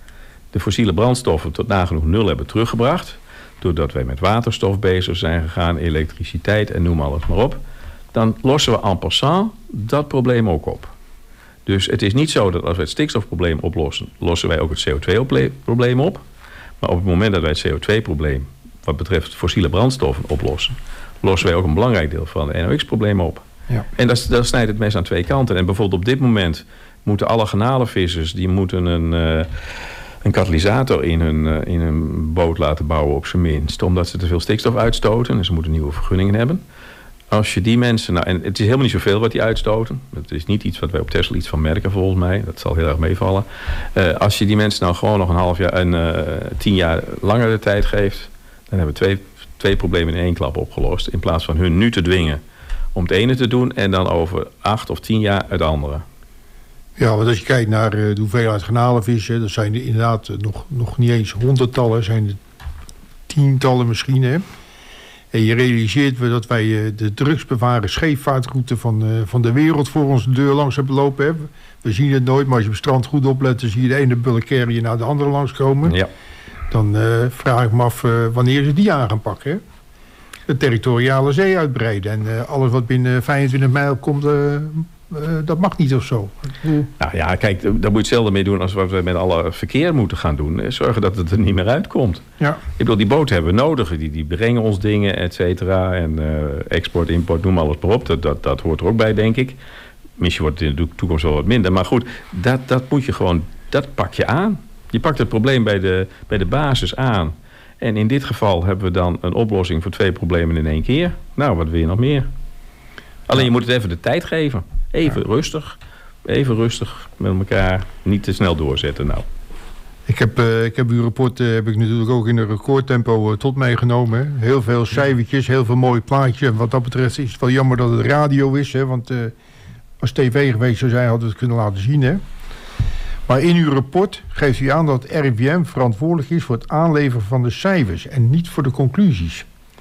de fossiele brandstoffen tot nagenoeg nul hebben teruggebracht, doordat wij met waterstof bezig zijn gegaan, elektriciteit en noem alles maar op, dan lossen we en passant dat probleem ook op. Dus het is niet zo dat als wij het stikstofprobleem oplossen, lossen wij ook het C O twee probleem op. Maar op het moment dat wij het C O twee probleem wat betreft fossiele brandstoffen oplossen, lossen wij ook een belangrijk deel van het N O X-probleem op. Ja. En dat, dat snijdt het mes aan twee kanten. En bijvoorbeeld op dit moment moeten alle garnalenvissers, die moeten een, uh, een katalysator in hun, uh, in hun boot laten bouwen op zijn minst, omdat ze te veel stikstof uitstoten en ze moeten nieuwe vergunningen hebben. Als je die mensen, nou, en het is helemaal niet zoveel wat die uitstoten. Het is niet iets wat wij op Texel iets van merken volgens mij. Dat zal heel erg meevallen. Uh, als je die mensen nou gewoon nog een half jaar en uh, tien jaar langer de tijd geeft, dan hebben we twee, twee problemen in één klap opgelost. In plaats van hun nu te dwingen om het ene te doen en dan over acht of tien jaar het andere. Ja, want als je kijkt naar uh, de hoeveelheid garnalenvissen, dat zijn er inderdaad uh, nog, nog niet eens honderdtallen, zijn er tientallen misschien, hè. En je realiseert we dat wij uh, de drugsbevaren scheepvaartroute van, uh, van de wereld voor onze deur langs hebben lopen. Hè. We zien het nooit, maar als je op het strand goed oplet, dan zie je de ene bullencarrier naar de andere langskomen. Ja. Dan uh, vraag ik me af uh, wanneer ze die aan gaan pakken. Hè. De territoriale zee uitbreiden. En uh, alles wat binnen vijfentwintig mijl komt, uh, uh, dat mag niet of zo. Nou ja, kijk, daar moet je hetzelfde mee doen als wat we met alle verkeer moeten gaan doen. Zorgen dat het er niet meer uitkomt. Ja. Ik bedoel, die boten hebben we nodig. Die, die brengen ons dingen, et cetera. En uh, export, import, noem alles maar op. Dat, dat, dat hoort er ook bij, denk ik. Misschien wordt het in de toekomst wel wat minder. Maar goed, dat, dat moet je gewoon, dat pak je aan. Je pakt het probleem bij de, bij de basis aan. En in dit geval hebben we dan een oplossing voor twee problemen in één keer. Nou, wat wil je nog meer? Alleen je moet het even de tijd geven. Even ja. rustig. Even rustig met elkaar. Niet te snel doorzetten nou. Ik heb, uh, ik heb uw rapport uh, heb ik natuurlijk ook in een recordtempo uh, tot meegenomen. Hè. Heel veel cijfertjes, heel veel mooie plaatjes. En wat dat betreft is het wel jammer dat het radio is. Hè, want uh, als tv geweest zou zijn, hadden we het kunnen laten zien. Hè. Maar in uw rapport geeft u aan dat het R I V M verantwoordelijk is voor het aanleveren van de cijfers en niet voor de conclusies.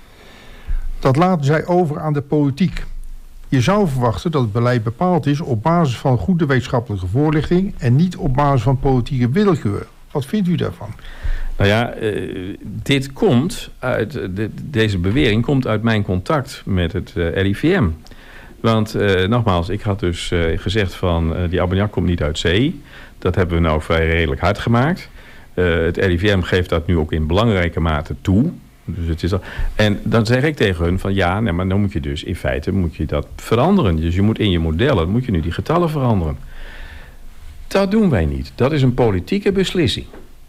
Dat laten zij over aan de politiek. Je zou verwachten dat het beleid bepaald is op basis van goede wetenschappelijke voorlichting en niet op basis van politieke willekeur. Wat vindt u daarvan? Nou ja, uh, dit komt uit, de, deze bewering komt uit mijn contact met het uh, R I V M. Want uh, nogmaals, ik had dus uh, gezegd van uh, die ammoniak komt niet uit zee. Dat hebben we nou vrij redelijk hard gemaakt. Uh, het R I V M geeft dat nu ook in belangrijke mate toe. Dus het is al... En dan zeg ik tegen hun van ja, nee, maar dan moet je dus in feite moet je dat veranderen. Dus je moet in je modellen, moet je nu die getallen veranderen. Dat doen wij niet. Dat is een politieke beslissing.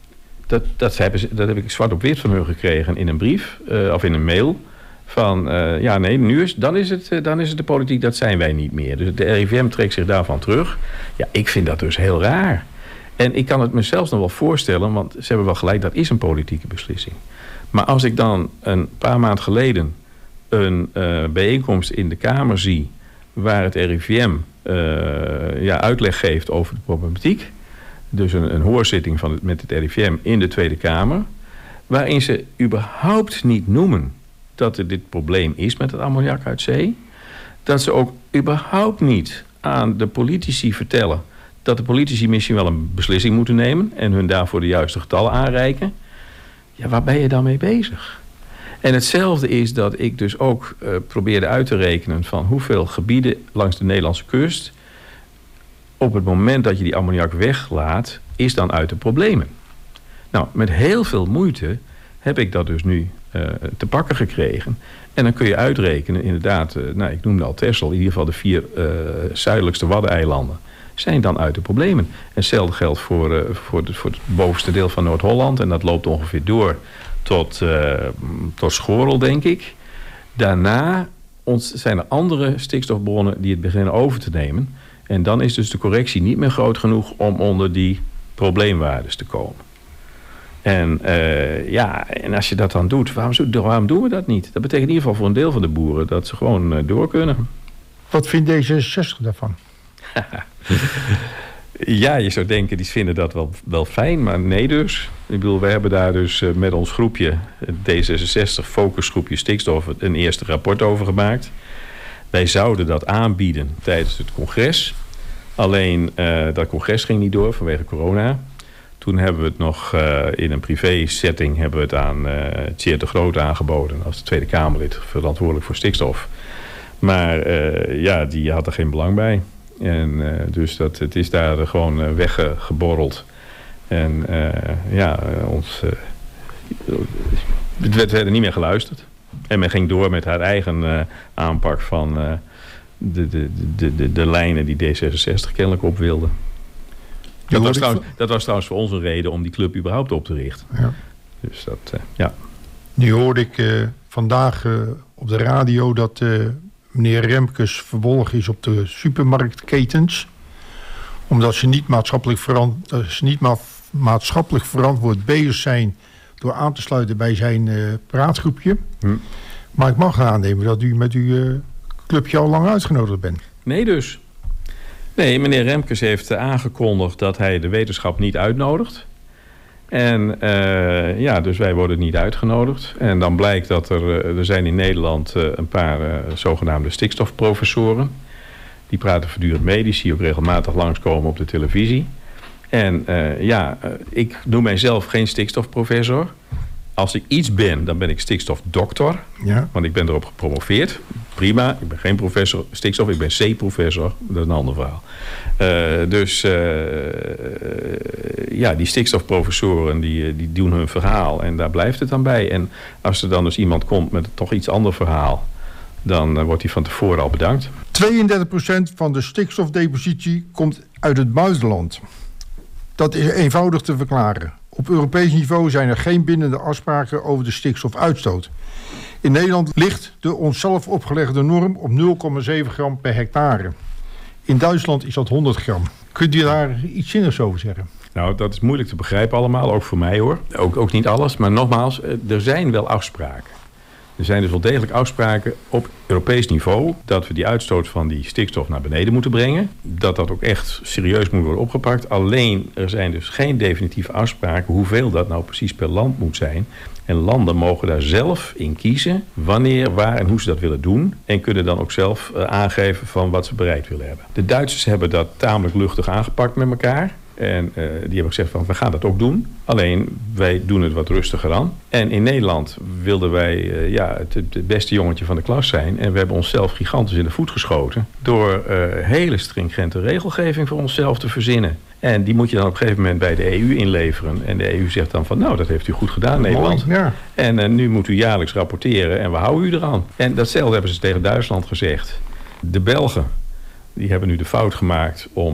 dat, dat, hebben ze, dat heb ik zwart op wit van hun gekregen in een brief uh, of in een mail. Van, uh, ja nee, nu is, dan, is het, uh, dan is het de politiek, dat zijn wij niet meer. Dus de R I V M trekt zich daarvan terug. Ja, ik vind dat dus heel raar. En ik kan het me zelfs nog wel voorstellen, want ze hebben wel gelijk, dat is een politieke beslissing. Maar als ik dan een paar maanden geleden een uh, bijeenkomst in de Kamer zie, waar het R I V M uh, ja, uitleg geeft over de problematiek. Dus een, een hoorzitting van het, met het R I V M in de Tweede Kamer, waarin ze überhaupt niet noemen dat er dit probleem is met het ammoniak uit zee. Dat ze ook überhaupt niet aan de politici vertellen dat de politici misschien wel een beslissing moeten nemen en hun daarvoor de juiste getallen aanreiken. Ja, waar ben je dan mee bezig? En hetzelfde is dat ik dus ook uh, probeerde uit te rekenen van hoeveel gebieden langs de Nederlandse kust op het moment dat je die ammoniak weglaat, is dan uit de problemen. Nou, met heel veel moeite heb ik dat dus nu uh, te pakken gekregen. En dan kun je uitrekenen, inderdaad, uh, nou, ik noemde al Texel, in ieder geval de vier uh, zuidelijkste Waddeneilanden zijn dan uit de problemen. En hetzelfde geldt voor, uh, voor, de, voor het bovenste deel van Noord-Holland. En dat loopt ongeveer door tot, uh, tot Schorel, denk ik. Daarna ont- zijn er andere stikstofbronnen die het beginnen over te nemen. En dan is dus de correctie niet meer groot genoeg om onder die probleemwaardes te komen. En uh, ja, en als je dat dan doet, waarom, waarom doen we dat niet? Dat betekent in ieder geval voor een deel van de boeren dat ze gewoon uh, door kunnen. Wat vindt D zesenzestig daarvan? Ja, je zou denken, die vinden dat wel, wel fijn, maar nee dus. Ik bedoel, wij hebben daar dus uh, met ons groepje, het D zesenzestig focusgroepje stikstof, een eerste rapport over gemaakt. Wij zouden dat aanbieden tijdens het congres. Alleen uh, dat congres ging niet door vanwege corona. Toen hebben we het nog uh, in een privé setting hebben we het aan uh, Tjeerd de Groot aangeboden als de Tweede Kamerlid verantwoordelijk voor stikstof. Maar uh, ja, die had er geen belang bij. En uh, dus dat, het is daar gewoon uh, weggeborreld. En uh, ja, ons, uh, het werd verder niet meer geluisterd. En men ging door met haar eigen uh, aanpak van uh, de, de, de, de, de lijnen die D zesenzestig kennelijk op wilde. Dat was, trouwens, dat was trouwens voor ons een reden om die club überhaupt op te richten. Ja. Dus dat, uh, ja. Nu hoorde ik uh, vandaag uh, op de radio dat uh, meneer Remkes verbolgen is op de supermarktketens. Omdat ze niet maatschappelijk, verant- uh, ze niet ma- maatschappelijk verantwoord bezig zijn door aan te sluiten bij zijn uh, praatgroepje. Hm. Maar ik mag aannemen dat u met uw uh, clubje al lang uitgenodigd bent. Nee dus. Nee, meneer Remkes heeft uh, aangekondigd dat hij de wetenschap niet uitnodigt. En uh, ja, dus wij worden niet uitgenodigd. En dan blijkt dat er, uh, er zijn in Nederland uh, een paar uh, zogenaamde stikstofprofessoren. Die praten voortdurend mee, die zie je ook regelmatig langskomen op de televisie. En uh, ja, uh, ik noem mijzelf geen stikstofprofessor. Als ik iets ben, dan ben ik stikstofdokter. Ja. Want ik ben erop gepromoveerd. Prima, ik ben geen professor stikstof, ik ben C-professor. Dat is een ander verhaal. Uh, dus uh, ja, die stikstofprofessoren die, die doen hun verhaal. En daar blijft het dan bij. En als er dan dus iemand komt met toch iets ander verhaal, dan uh, wordt hij van tevoren al bedankt. tweeëndertig procent van de stikstofdepositie komt uit het buitenland. Dat is eenvoudig te verklaren. Op Europees niveau zijn er geen bindende afspraken over de stikstofuitstoot. In Nederland ligt de onszelf opgelegde norm op nul komma zeven gram per hectare. In Duitsland is dat honderd gram. Kunt u daar iets zinnigs over zeggen? Nou, dat is moeilijk te begrijpen allemaal, ook voor mij hoor. Ook, ook niet alles, maar nogmaals, er zijn wel afspraken. Er zijn dus wel degelijk afspraken op Europees niveau dat we die uitstoot van die stikstof naar beneden moeten brengen. Dat dat ook echt serieus moet worden opgepakt. Alleen, er zijn dus geen definitieve afspraken hoeveel dat nou precies per land moet zijn. En landen mogen daar zelf in kiezen wanneer, waar en hoe ze dat willen doen. En kunnen dan ook zelf uh, aangeven van wat ze bereid willen hebben. De Duitsers hebben dat tamelijk luchtig aangepakt met elkaar. En uh, die hebben gezegd van, we gaan dat ook doen. Alleen, wij doen het wat rustiger aan. En in Nederland wilden wij uh, ja, het, het beste jongetje van de klas zijn. En we hebben onszelf gigantisch in de voet geschoten. Door uh, hele stringente regelgeving voor onszelf te verzinnen. En die moet je dan op een gegeven moment bij de E U inleveren. En de E U zegt dan van, nou, dat heeft u goed gedaan, Nederland. Mooi, ja. En uh, nu moet u jaarlijks rapporteren en we houden u eraan. En datzelfde hebben ze tegen Duitsland gezegd. De Belgen, die hebben nu de fout gemaakt om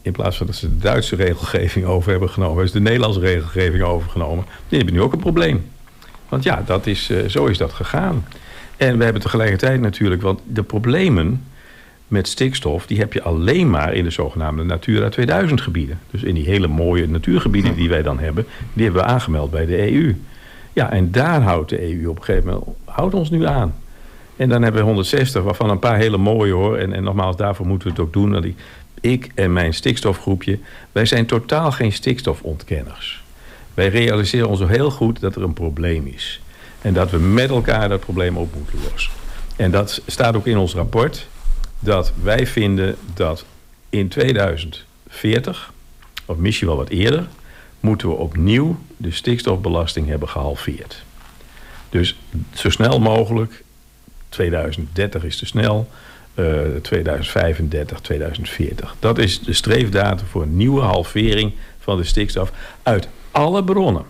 In plaats van dat ze de Duitse regelgeving over hebben genomen, hebben ze de Nederlandse regelgeving overgenomen. Die hebben nu ook een probleem. Want ja, dat is, uh, zo is dat gegaan. En we hebben tegelijkertijd natuurlijk, want de problemen met stikstof, die heb je alleen maar in de zogenaamde Natura tweeduizend gebieden. Dus in die hele mooie natuurgebieden die wij dan hebben, die hebben we aangemeld bij de E U. Ja, en daar houdt de E U op een gegeven moment, houdt ons nu aan. En dan hebben we honderdzestig, waarvan een paar hele mooie hoor. En, en nogmaals, daarvoor moeten we het ook doen. Want ik, ik en mijn stikstofgroepje, wij zijn totaal geen stikstofontkenners. Wij realiseren ons heel goed dat er een probleem is. En dat we met elkaar dat probleem op moeten lossen. En dat staat ook in ons rapport. Dat wij vinden dat in tweeduizend veertig, of misschien wel wat eerder, moeten we opnieuw de stikstofbelasting hebben gehalveerd. Dus zo snel mogelijk, tweeduizend dertig is te snel, uh, tweeduizend vijfendertig, tweeduizend veertig. Dat is de streefdatum voor een nieuwe halvering van de stikstof uit alle bronnen.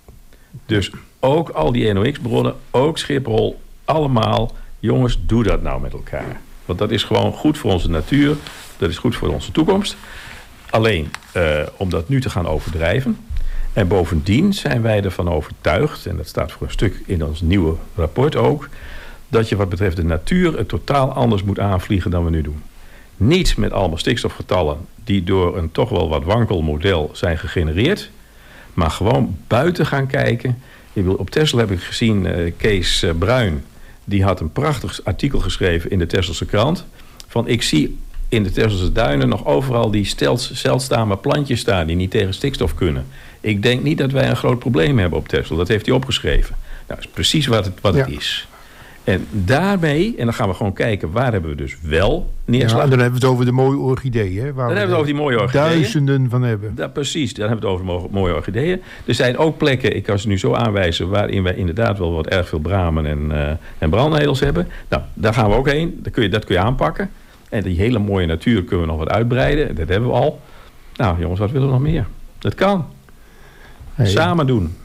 Dus ook al die N O X-bronnen, ook Schiphol, allemaal. Jongens, doe dat nou met elkaar. Want dat is gewoon goed voor onze natuur, dat is goed voor onze toekomst. Alleen, uh, om dat nu te gaan overdrijven. En bovendien zijn wij ervan overtuigd, en dat staat voor een stuk in ons nieuwe rapport ook, dat je wat betreft de natuur het totaal anders moet aanvliegen dan we nu doen. Niet met allemaal stikstofgetallen die door een toch wel wat wankel model zijn gegenereerd, maar gewoon buiten gaan kijken. Op Texel heb ik gezien, uh, Kees uh, Bruin, die had een prachtig artikel geschreven in de Texelse krant. Van ik zie in de Texelse duinen nog overal die zeldzame plantjes staan die niet tegen stikstof kunnen. Ik denk niet dat wij een groot probleem hebben op Texel. Dat heeft hij opgeschreven. Nou, dat is precies wat het, wat ja. het is. En daarmee, en dan gaan we gewoon kijken, waar hebben we dus wel neerslag. Ja, en dan hebben we het over de mooie orchideeën. Waar dan we hebben we het over die mooie orchideeën. Duizenden van hebben. Ja, precies, dan hebben we het over mooie orchideeën. Er zijn ook plekken, ik kan ze nu zo aanwijzen, waarin wij inderdaad wel wat erg veel bramen en, uh, en brandnetels hebben. Nou, daar gaan we ook heen. Dat kun je, dat kun je aanpakken. En die hele mooie natuur kunnen we nog wat uitbreiden. Dat hebben we al. Nou, jongens, wat willen we nog meer? Dat kan. Hey, Samen doen.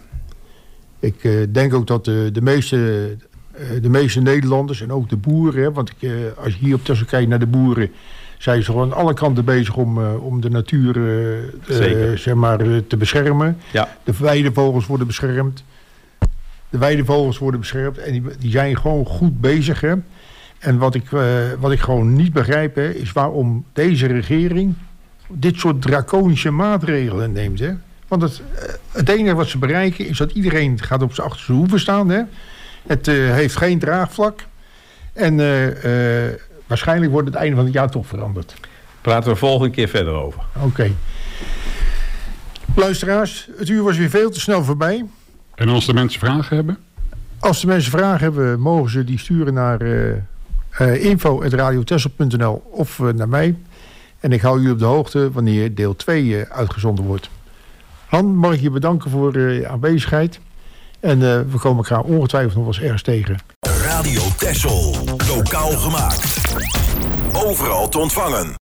Ik uh, denk ook dat de, de meeste... De meeste Nederlanders en ook de boeren, hè, want ik, als je hier op Texel kijkt naar de boeren, zijn ze gewoon aan alle kanten bezig om, uh, om de natuur uh, uh, zeg maar, uh, te beschermen. Ja. De weidevogels worden beschermd. De weidevogels worden beschermd en die, die zijn gewoon goed bezig. Hè. En wat ik, uh, wat ik gewoon niet begrijp, hè, is waarom deze regering dit soort draconische maatregelen neemt. Hè. Want het, het enige wat ze bereiken is dat iedereen gaat op zijn achterste hoeven staan. Hè. Het uh, heeft geen draagvlak. En uh, uh, waarschijnlijk wordt het einde van het jaar toch veranderd. Praten we volgende keer verder over. Oké. Okay. Luisteraars, het uur was weer veel te snel voorbij. En als de mensen vragen hebben? Als de mensen vragen hebben, mogen ze die sturen naar uh, uh, info at radio texel punt n l of uh, naar mij. En ik hou jullie op de hoogte wanneer deel twee uh, uitgezonden wordt. Han, mag ik je bedanken voor uh, je aanwezigheid. En uh, we komen elkaar ongetwijfeld nog wel eens ergens tegen. Radio Texel. Lokaal gemaakt. Overal te ontvangen.